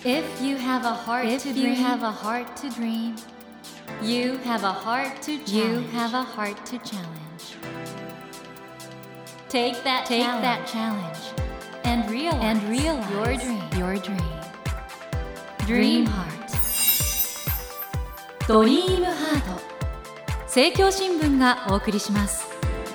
If you have a heart to dream, you have a heart to dream. You have a heart to challenge. You have a heart to challenge. Take that challenge and realize your dream. Dream Heart. ドリームハート。政教新聞がお送りします。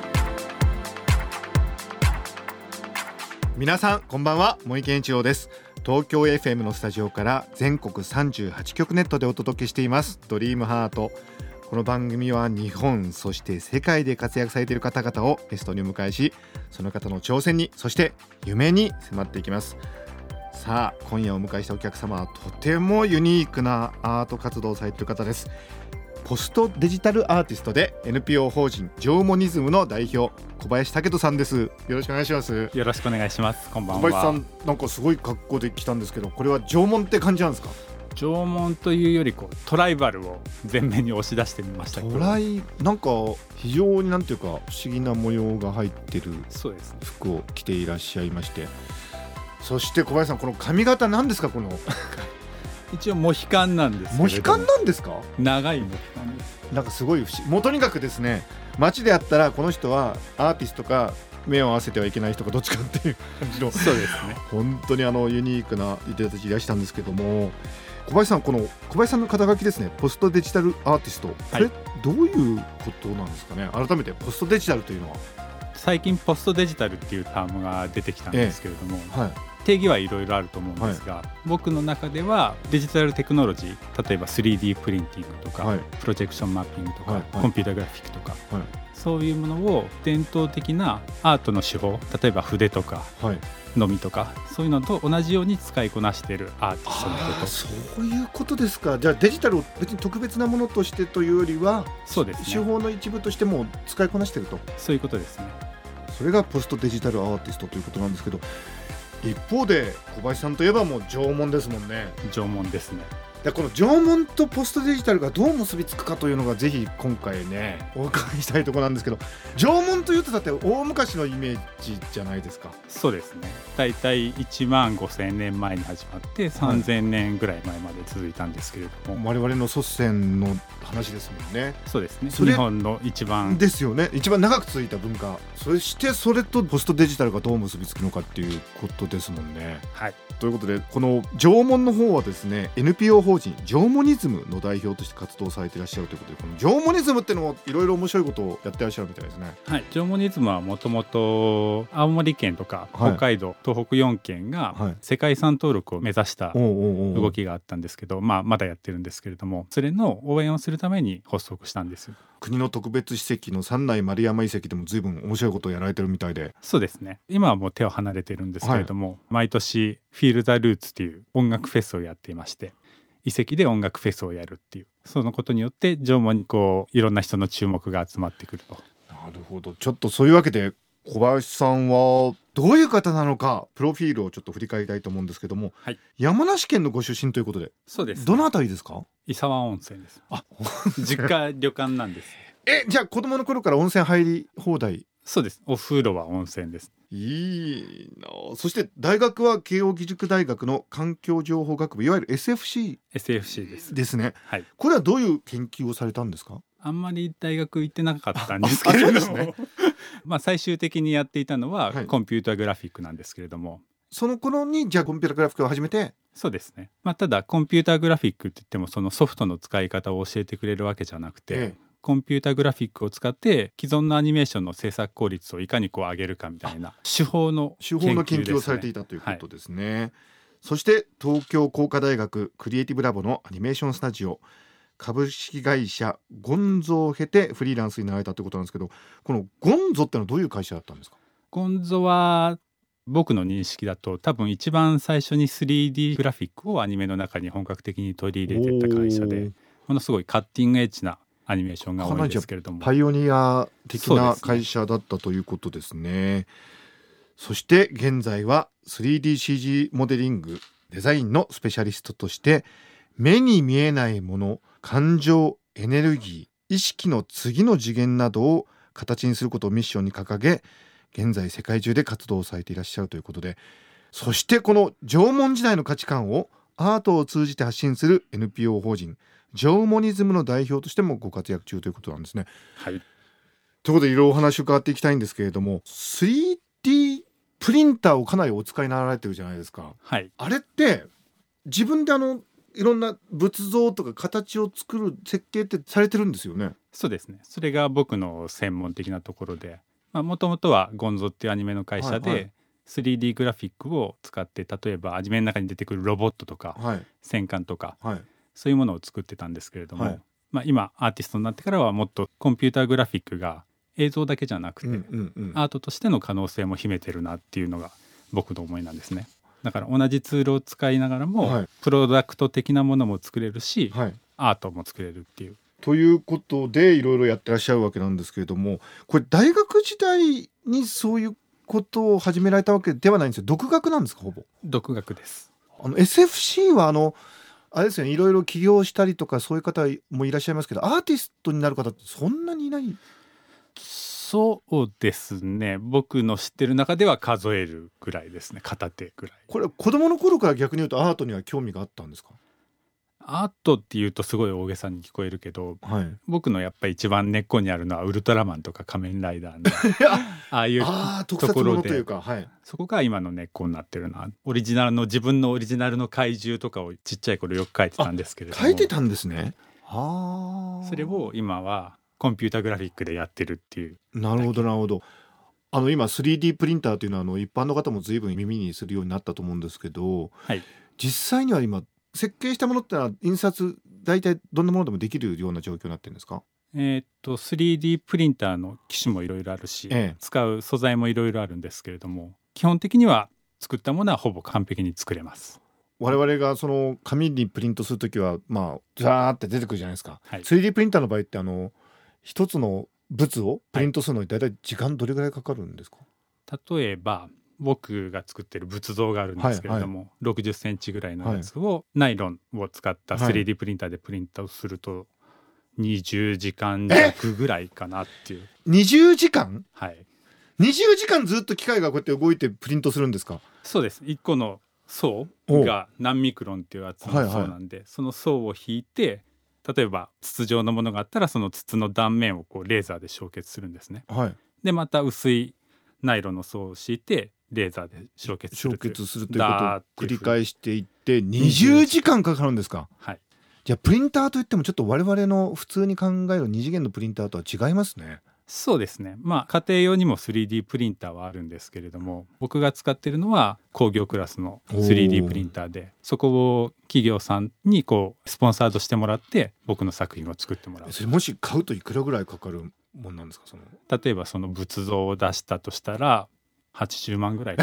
皆さんこんばんは、森健一郎です。東京 FM のスタジオから全国38局ネットでお届けしていますドリームハート。この番組は日本そして世界で活躍されている方々をゲストにお迎えし、その方の挑戦にそして夢に迫っていきます。さあ今夜お迎えしたお客様はとてもユニークなアート活動をされている方です。ポストデジタルアーティストで NPO 法人縄文ニズムの代表小林武人さんです。よろしくお願いします。 よろしくお願いします。こんばんは。 小林さんなんかすごい格好で来たんですけど、これは縄文って感じなんですか？ 縄文というよりトライバルを前面に押し出してみました。 なんか非常になんていうか不思議な模様が入ってる服を着ていらっしゃいまして、そして小林さんこの髪型なんですか？この一応モヒカンなんですけれども。 モヒカンなんですか？ 長いモヒカンです。 なんかすごい不思議。もうとにかくですね、街であったらこの人はアーティストか目を合わせてはいけない人かどっちかっていう感じのそうですね。 本当にユニークないでたちいらしたんですけども、小林さんこの小林さんの肩書きですね、ポストデジタルアーティスト、これどういうことなんですかね？改めてポストデジタルというのは。 最近ポストデジタルっていうタームが出てきたんですけれども、定義はいろいろあると思うんですが、僕の中ではデジタルテクノロジー、例えば 3D プリンティングとか、プロジェクションマッピングとか、コンピュータグラフィックとか、そういうものを伝統的なアートの手法、例えば筆とか、のみとか、そういうのと同じように使いこなしているアーティストのこと。 そういうことですか。じゃあデジタルを別に特別なものとしてというよりは、 そうですね、 手法の一部としても使いこなしていると。 そういうことですね。 それがポストデジタルアーティストということなんですけど、一方で小林さんといえばもう縄文ですもんね。 縄文ですね。 でこの縄文とポストデジタルがどう結びつくかというのがぜひ今回ねお伺いしたいところなんですけど、縄文というとだって大昔のイメージじゃないですか。 そうですね。だいたい1万5000年前に始まって3000年ぐらい前まで続いたんですけれども、 我々の祖先の話ですもんね。 そうですね。日本の一番ですよね。一番長く続いた文化、そしてそれとポストデジタルがどう結びつくのかっていうことですもんね。 はい。 ということでこの縄文の方はですね NPO 法人縄文ニズムの代表として活動されていらっしゃるということで、この縄文ニズムっていうのもいろいろ面白いことをやってらっしゃるみたいですね。 はい。縄文ニズムはもともと青森県とか北海道、東北4県が世界遺産登録を目指した動きがあったんですけど、まだやってるんですけれども、それの応援をするために発足したんです。 国の特別史跡の三内丸山遺跡でも随分面白いことをやられてるみたいで。 そうですね。今はもう手を離れてるんですけれども、毎年フィールザルーツっていう音楽フェスをやっていまして、遺跡で音楽フェスをやるっていう、そのことによって縄文にいろんな人の注目が集まってくると。 なるほど。ちょっとそういうわけで小林さんはどういう方なのかプロフィールをちょっと振り返りたいと思うんですけども、山梨県のご出身ということで。 そうですね。 どのあたりですか？ 伊沢温泉です。実家旅館なんです。 じゃあ子供の頃から温泉入り放題？ そうです。お風呂は温泉です。 いいな。そして大学は慶應義塾大学の環境情報学部、いわゆる SFC ですね。これはどういう研究をされたんですか？ あんまり大学行ってなかったんですけれども、 ね、 最終的にやっていたのはコンピュータグラフィックなんですけれども、 その頃にじゃあコンピュータグラフィックを始めて。 そうですね。ただコンピュータグラフィックって言ってもそのソフトの使い方を教えてくれるわけじゃなくて、コンピュータグラフィックを使って既存のアニメーションの制作効率をいかに上げるかみたいな手法の研究をされていたということですね。そして東京工科大学クリエイティブラボのアニメーションスタジオ株式会社ゴンゾを経てフリーランスになられたということなんですけど、このゴンゾってのはどういう会社だったんですか？ ゴンゾは僕の認識だと多分一番最初に 3D グラフィックをアニメの中に本格的に取り入れていった会社で、ものすごいカッティングエッジなアニメーションが多いんですけれども、 パイオニア的な会社だったということですね。そして現在は 3DCG モデリングデザインのスペシャリストとして目に見えないもの、感情、エネルギー、意識の次の次元などを形にすることをミッションに掲げ、現在世界中で活動されていらっしゃるということで、そしてこの縄文時代の価値観をアートを通じて発信する NPO 法人ジョーモニズムの代表としてもご活躍中ということなんですね。 はい。 ということでいろいろお話を伺っていきたいんですけれども、 3D プリンターをかなりお使いになられてるじゃないですか。 はい。 あれって自分でいろんな仏像とか形を作る設計ってされてるんですよね。 そうですね。それが僕の専門的なところで、もともとはゴンゾっていうアニメの会社で、はいはい、3D グラフィックを使って、例えばアニメの中に出てくるロボットとか、はい、戦艦とか、はい、そういうものを作ってたんですけれども、はい、今アーティストになってからはもっとコンピューターグラフィックが映像だけじゃなくて、アートとしての可能性も秘めてるなっていうのが僕の思いなんですね。だから同じツールを使いながらも、はい、プロダクト的なものも作れるし、はい、アートも作れるっていう。 ということでいろいろやってらっしゃるわけなんですけれども、これ大学時代にそういうことを始められたわけではないんですよ。独学なんですか？ほぼ独学です。 SFC はあれですよね、いろいろ起業したりとかそういう方もいらっしゃいますけど、アーティストになる方ってそんなにいない。 そうですね。僕の知ってる中では数えるぐらいですね。片手ぐらい。 これ子供の頃から逆に言うとアートには興味があったんですか？ アートっていうとすごい大げさに聞こえるけど、はい、僕のやっぱり一番根っこにあるのはウルトラマンとか仮面ライダーのああいうところで、はい、そこが今の根っこになってるな。自分のオリジナルの怪獣とかをちっちゃい頃よく描いてたんですけれども。 描いてたんですね。 それを今はコンピュータグラフィックでやってるっていう。 なるほどなるほど。今 3D プリンターというのは一般の方も随分耳にするようになったと思うんですけど、はい、実際には今設計したものってのは印刷大体どんなものでもできるような状況になってるんですか ？3D プリンターの機種もいろいろあるし、使う素材もいろいろあるんですけれども、基本的には作ったものはほぼ完璧に作れます。 我々がその紙にプリントするときはザーって出てくるじゃないですか、はい、3D プリンターの場合って一つの物をプリントするのに大体時間どれぐらいかかるんですか？ 例えば僕が作ってる仏像があるんですけれども、はいはい、60センチぐらいのやつをナイロンを使った 3D プリンターでプリントすると20時間弱ぐらいかなっていう。 20時間？ はい。 20時間ずっと機械がこうやって動いてプリントするんですか？ そうです。1個の層が何ミクロンっていうやつの層なんで、その層を引いて、例えば筒状のものがあったらその筒の断面をこうレーザーで焼結するんですね、はい、でまた薄いナイロンの層を敷いてレーザーで焼結するということを繰り返していって20時間かかるんですか？はい。じゃあプリンターといってもちょっと我々の普通に考える2次元のプリンターとは違いますね。 そうですね。家庭用にも 3D プリンターはあるんですけれども、僕が使ってるのは工業クラスの 3D プリンターで、そこを企業さんにスポンサードしてもらって僕の作品を作ってもらう。 それもし買うといくらぐらいかかるもんなんですか？ 例えばその仏像を出したとしたら80万ぐらい。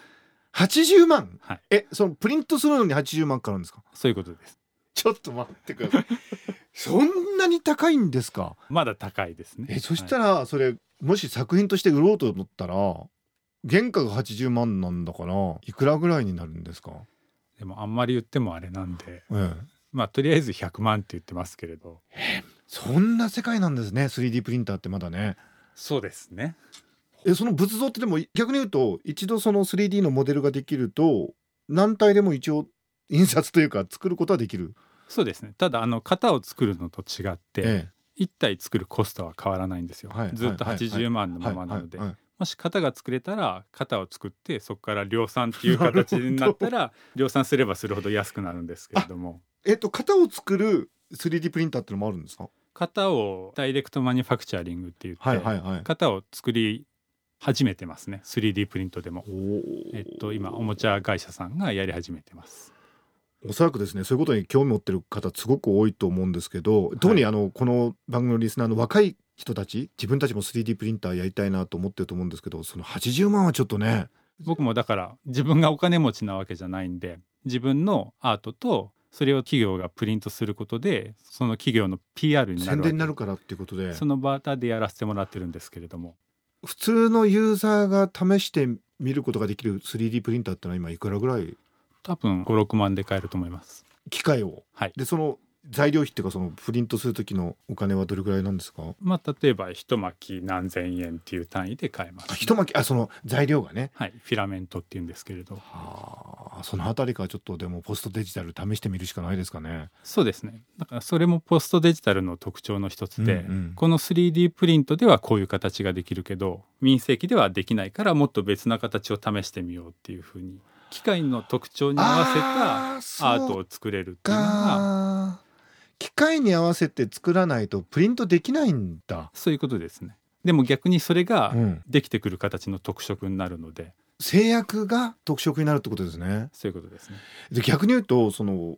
80万？ はい。 そのプリントするのに80万かかるんですか？ そういうことです。 ちょっと待ってくださいそんなに高いんですか？ まだ高いですね。 そしたらそれ、もし作品として売ろうと思ったら原価が80万なんだからいくらぐらいになるんですか？ でもあんまり言ってもあれなんで、とりあえず100万って言ってますけれど、 そんな世界なんですね 3D プリンターってまだね。 そうですね。 その仏像ってでも逆に言うと一度その 3D のモデルができると何体でも一応印刷というか作ることはできる。 そうですね。ただ型を作るのと違って、1体作るコストは変わらないんですよ、ずっと80万のままなので、もし型が作れたら型を作ってそこから量産っていう形になったら量産すればするほど安くなるんですけれども、 型を作る 3D プリンターってのもあるんですか？ 型をダイレクトマニュファクチャリングって言って、型を作り始めてますね 3D プリントでも。今おもちゃ会社さんがやり始めてます。 おそらくですね、そういうことに興味持ってる方すごく多いと思うんですけど、特にこの番組のリスナーの若い人たち、自分たちも 3D プリンターやりたいなと思ってると思うんですけど、その80万はちょっとね。 僕もだから自分がお金持ちなわけじゃないんで、自分のアートとそれを企業がプリントすることでその企業の PR になる宣伝になるからっていうことで、 そのバーターでやらせてもらってるんですけれども、 普通のユーザーが試して見ることができる 3D プリンターってのは今いくらぐらい？ 多分5、6万で買えると思います。 機械を、でその材料費っていうかそのプリントする時のお金はどれぐらいなんですか？ 例えば一巻き何千円っていう単位で買えます、 一巻きその材料がね、 フィラメントっていうんですけれど。 そのあたりからちょっとでもポストデジタル試してみるしかないですかね。 そうですね。だからそれもポストデジタルの特徴の一つで、この 3D プリントではこういう形ができるけど民生機ではできないからもっと別な形を試してみようっていうふうに機械の特徴に合わせたアートを作れるっていうのが、 機械に合わせて作らないとプリントできないんだ。 そういうことですね。でも逆にそれができてくる形の特色になるので、 制約が特色になるってことですね。 そういうことですね。 で逆に言うとその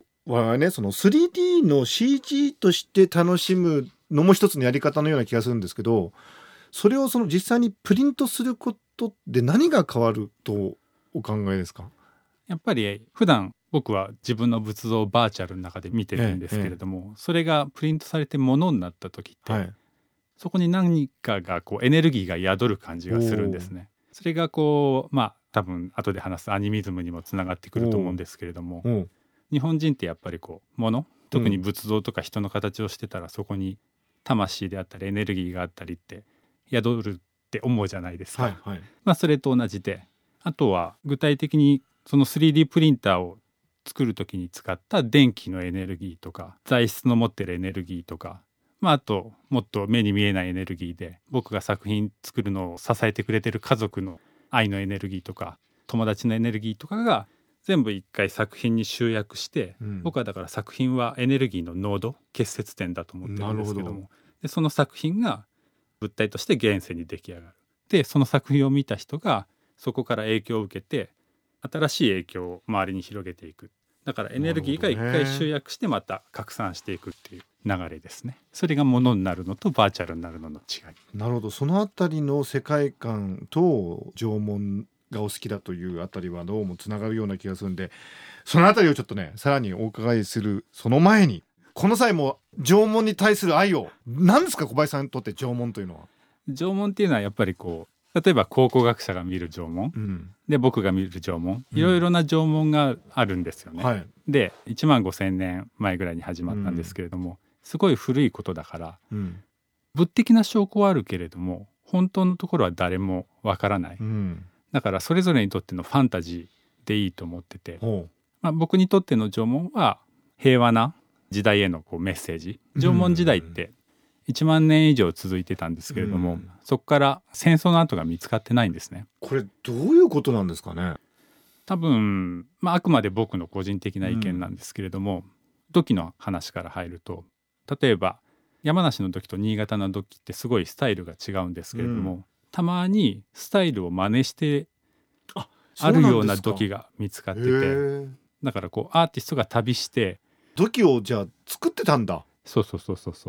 3D の CG として楽しむのも一つのやり方のような気がするんですけど、それをその実際にプリントすることで何が変わるとお考えですか？ やっぱり普段僕は自分の仏像をバーチャルの中で見てるんですけれども、それがプリントされてものになった時って、そこに何かがこうエネルギーが宿る感じがするんですね。それがこう多分後で話すアニミズムにもつながってくると思うんですけれども、日本人ってやっぱりこう物、特に仏像とか人の形をしてたらそこに魂であったりエネルギーがあったりって宿るって思うじゃないですか。それと同じで、あとは具体的にその 3D プリンターを作る時に使った電気のエネルギーとか材質の持ってるエネルギーとか、あともっと目に見えないエネルギーで僕が作品作るのを支えてくれてる家族の愛のエネルギーとか友達のエネルギーとかが全部一回作品に集約して、僕はだから作品はエネルギーの濃度結節点だと思ってるんですけども、でその作品が物体として現世に出来上がる。でその作品を見た人がそこから影響を受けて新しい影響を周りに広げていく。だからエネルギーが一回集約してまた拡散していくっていう流れですね。それがものになるのとバーチャルになるのの違い。 なるほど。そのあたりの世界観と縄文がお好きだというあたりはどうもつながるような気がするんで、そのあたりをちょっとねさらにお伺いするその前に、この際も縄文に対する愛を、何ですか小林さんにとって縄文というのは？ 縄文っていうのはやっぱりこう例えば考古学者が見る縄文、で僕が見る縄文、いろいろな縄文があるんですよね。で1万5,000年前ぐらいに始まったんですけれども、すごい古いことだから、物的な証拠はあるけれども本当のところは誰もわからない、だからそれぞれにとってのファンタジーでいいと思ってて、僕にとっての縄文は平和な時代へのこうメッセージ。縄文時代って1万年以上続いてたんですけれども、そこから戦争の跡が見つかってないんですね。 これどういうことなんですかね？ 多分、あくまで僕の個人的な意見なんですけれども、土器の話から入ると、例えば山梨の土器と新潟の土器ってすごいスタイルが違うんですけれども、たまにスタイルを真似してあるような土器が見つかってて、だからこうアーティストが旅して土器をじゃあ作ってたんだ。 そうそ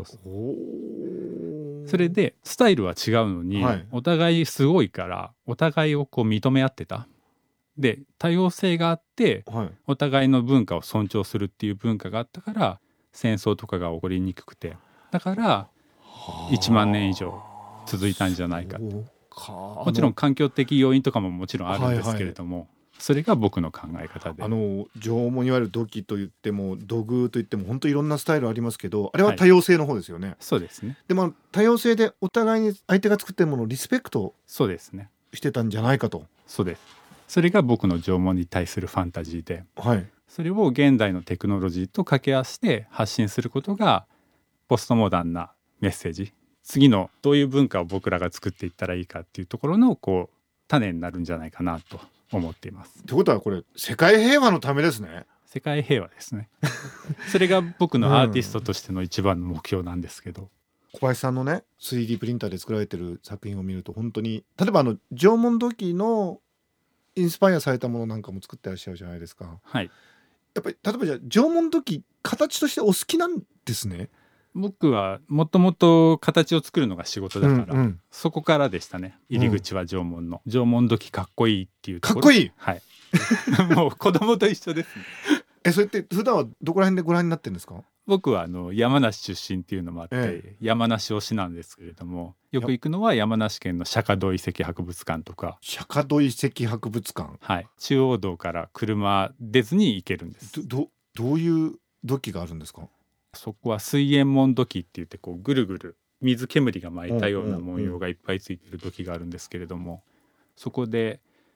れでスタイルは違うのに、お互いすごいからお互いをこう認め合ってた。で多様性があって、お互いの文化を尊重するっていう文化があったから戦争とかが起こりにくくて、だから1万年以上続いたんじゃないかと。もちろん環境的要因とかももちろんあるんですけれども、それが僕の考え方で、 縄文いわゆる土器といっても土偶といっても本当いろんなスタイルありますけど、あれは多様性の方ですよね。 そうですね。 でも多様性でお互いに相手が作ってるものをリスペクトしてたんじゃないかと。 そうです。それが僕の縄文に対するファンタジーで、それを現代のテクノロジーと掛け合わせて発信することがポストモダンなメッセージ、次のどういう文化を僕らが作っていったらいいかっていうところのこう種になるんじゃないかなと思っています。 ってことはこれ世界平和のためですね。 世界平和ですね。それが僕のアーティストとしての一番の目標なんですけど、 小林さんのね 3D プリンターで作られてる作品を見ると本当に、例えば縄文土器のインスパイアされたものなんかも作ってらっしゃるじゃないですか。やっぱり例えばじゃあ縄文土器形としてお好きなんですね。 僕はもともと形を作るのが仕事だから、そこからでしたね。入り口は縄文の、縄文土器かっこいいっていうところ。 かっこいい。 もう子供と一緒ですね。 それって普段はどこら辺でご覧になってるんですか？ 僕は山梨出身っていうのもあって、山梨推しなんですけれども、よく行くのは山梨県の釈迦堂遺跡博物館とか。 釈迦堂遺跡博物館。 中央道から車出ずに行けるんです。 どういう土器があるんですか？ そこは水煙紋土器って言って、こうぐるぐる水煙が巻いたような文様がいっぱいついてる土器があるんですけれども、そこで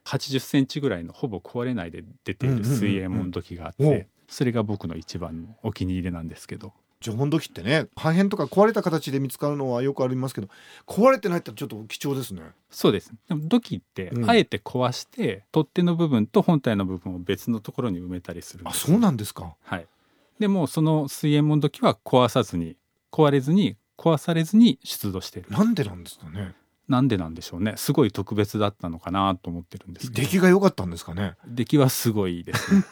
80センチぐらいのほぼ壊れないで出ている水泳門土器があって、それが僕の一番のお気に入りなんですけど。 縄文土器ってね、破片とか壊れた形で見つかるのはよくありますけど、壊れてないってちょっと貴重ですね。 そうです。でも土器ってあえて壊して、取っ手の部分と本体の部分を別のところに埋めたりするんです。 あ、そうなんですか。 はい。でもその水泳門土器は壊れずに壊されずに出土している。 なんでなんですかね。 なんでなんでしょうね。すごい特別だったのかなと思ってるんですけど。 出来が良かったんですかね。 出来はすごいですね。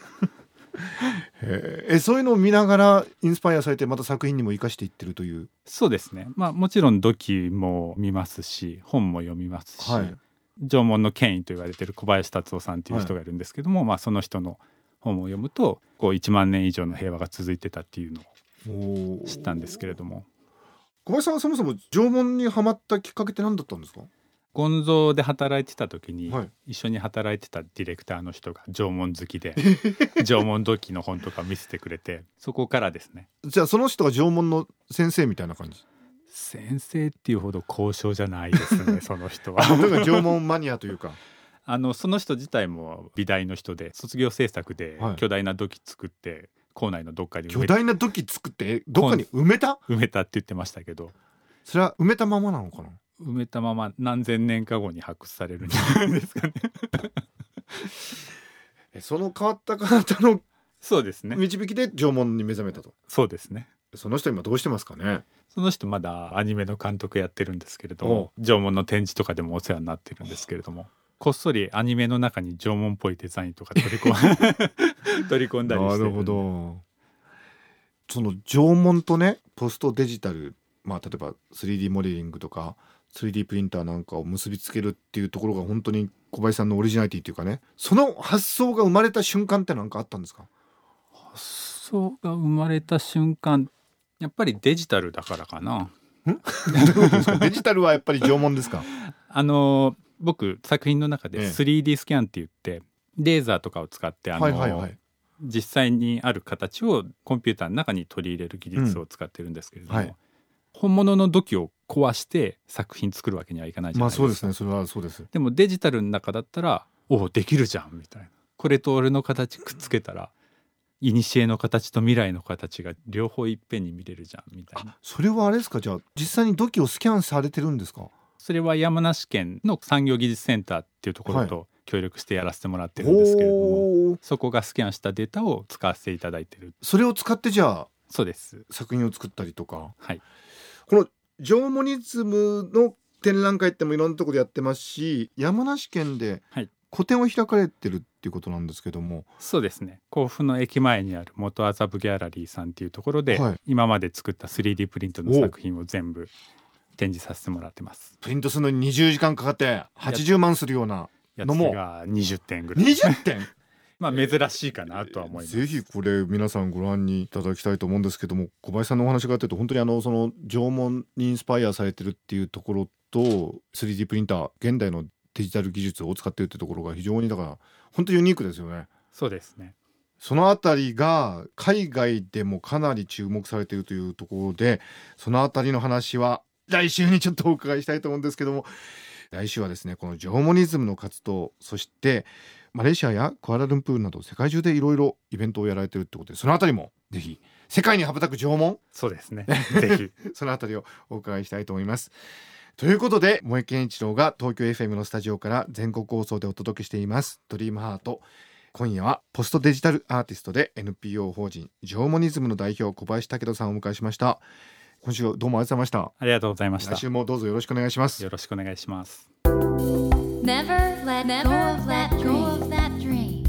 そういうのを見ながらインスパイアされて、また作品にも生かしていってるという。 そうですね。もちろん土器も見ますし、本も読みますし、縄文の権威と言われている小林達夫さんという人がいるんですけども、その人の本を読むと1万年以上の平和が続いてたっていうのを知ったんですけれども。 小林さんはそもそも縄文にハマったきっかけって何だったんですか？ ゴンゾーで働いてた時に、一緒に働いてたディレクターの人が縄文好きで縄文土器の本とか見せてくれて、そこからですね。 じゃあその人が縄文の先生みたいな感じ？ 先生っていうほど高尚じゃないですね。その人はだから縄文マニアというかその人自体も美大の人で、卒業制作で巨大な土器作って、校内のどっかに巨大な土器作ってどっかに埋めたって言ってましたけど、 それは埋めたままなのかな？ 埋めたまま何千年か後に発掘されるんじゃないですかね。 その変わった方のそうですね、 導きで縄文に目覚めたと。 そうですね。 その人今どうしてますかね？ その人まだアニメの監督やってるんですけれども、縄文の展示とかでもお世話になってるんですけれども、こっそりアニメの中に縄文っぽいデザインとか取り込んだりしてる。なるほど。その縄文とね、ポストデジタル、例えば 3D モデリングとか 3D プリンターなんかを結びつけるっていうところが本当に小林さんのオリジナリティっていうかね、その発想が生まれた瞬間って何かあったんですか？ 発想が生まれた瞬間、やっぱりデジタルだからかな。 デジタルはやっぱり縄文ですか？ 僕作品の中で 3D スキャンって言って、レーザーとかを使って実際にある形をコンピューターの中に取り入れる技術を使ってるんですけれども、本物の土器を壊して作品作るわけにはいかないじゃないですか。 そうですね、それはそうです。 でもデジタルの中だったら、できるじゃんみたいな、これと俺の形くっつけたら古の形と未来の形が両方いっぺんに見れるじゃんみたいな。 それはあれですか？じゃあ実際に土器をスキャンされてるんですか？ それは山梨県の産業技術センターっていうところと協力してやらせてもらってるんですけれども、そこがスキャンしたデータを使わせていただいてる。 それを使ってじゃあそうです作品を作ったりとか。 この縄文ニズムの展覧会ってもいろんなところでやってますし、山梨県で個展を開かれてるっていうことなんですけども。 そうですね、甲府の駅前にある元麻布ギャラリーさんっていうところで、今まで作った 3D プリントの作品を全部展示させてもらってます。 プリントするのに20時間かかって80万するようなのもやつが20点ぐらい。 20点珍しいかなとは思います。 ぜひこれ皆さんご覧にいただきたいと思うんですけども、小林さんのお話があってると本当にその縄文にインスパイアされてるっていうところと 3D プリンター、現代のデジタル技術を使ってるってところが非常にだから本当にユニークですよね。 そうですね。 そのあたりが海外でもかなり注目されているというところで、そのあたりの話は来週にちょっとお伺いしたいと思うんですけども、来週はですね、この縄文ニズムの活動、そしてマレーシアやクアラルンプールなど世界中でいろいろイベントをやられているということで、そのあたりもぜひ世界に羽ばたく縄文、 そうですね、ぜひそのあたりをお伺いしたいと思います。ということで、萌健一郎が東京 FM のスタジオから全国放送でお届けしていますドリームハート。今夜はポストデジタルアーティストで NPO 法人縄文ニズムの代表小林武人さんをお迎えしました。今週どうもありがとうございました。 ありがとうございました。 来週もどうぞよろしくお願いします。 よろしくお願いします。 Never let go of that dream.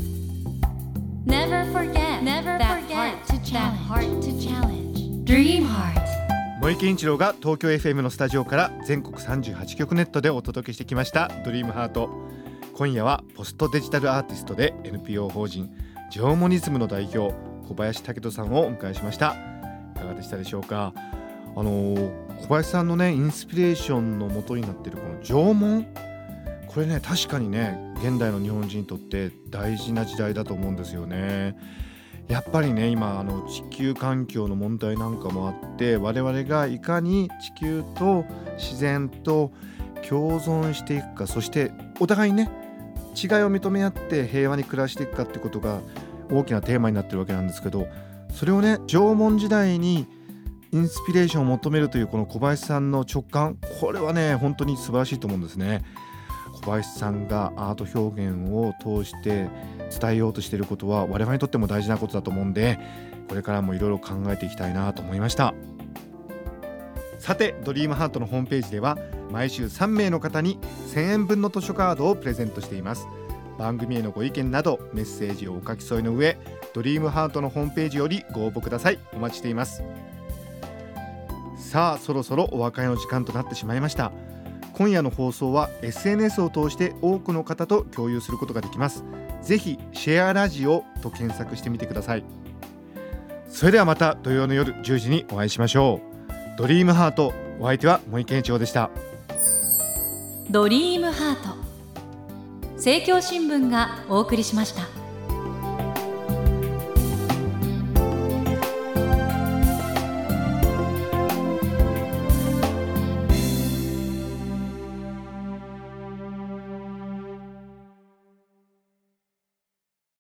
Never forget that heart to challenge. Dream Heart. 萌健一郎が東京 FM のスタジオから全国38局ネットでお届けしてきましたドリームハート。今夜はポストデジタルアーティストで NPO 法人縄文ニズムの代表小林武人さんをお迎えしました。いかがでしたでしょうか。小林さんのねインスピレーションの元になっているこの縄文、これね確かにね現代の日本人にとって大事な時代だと思うんですよね。やっぱりね今地球環境の問題なんかもあって、我々がいかに地球と自然と共存していくか、そしてお互いね違いを認め合って平和に暮らしていくかってことが大きなテーマになってるわけなんですけど、それをね縄文時代にインスピレーションを求めるというこの小林さんの直感、これはね本当に素晴らしいと思うんですね。小林さんがアート表現を通して伝えようとしていることは我々にとっても大事なことだと思うんで、これからもいろいろ考えていきたいなと思いました。さてドリームハートのホームページでは毎週3名の方に1000円分の図書カードをプレゼントしています。番組へのご意見などメッセージをお書き添えの上、ドリームハートのホームページよりご応募ください。お待ちしています。さあそろそろお別れの時間となってしまいました。今夜の放送は SNS を通して多くの方と共有することができます。ぜひシェアラジオと検索してみてください。それではまた土曜の夜10時にお会いしましょう。ドリームハート、お相手は森健一郎でした。 ドリームハート、政教新聞がお送りしました。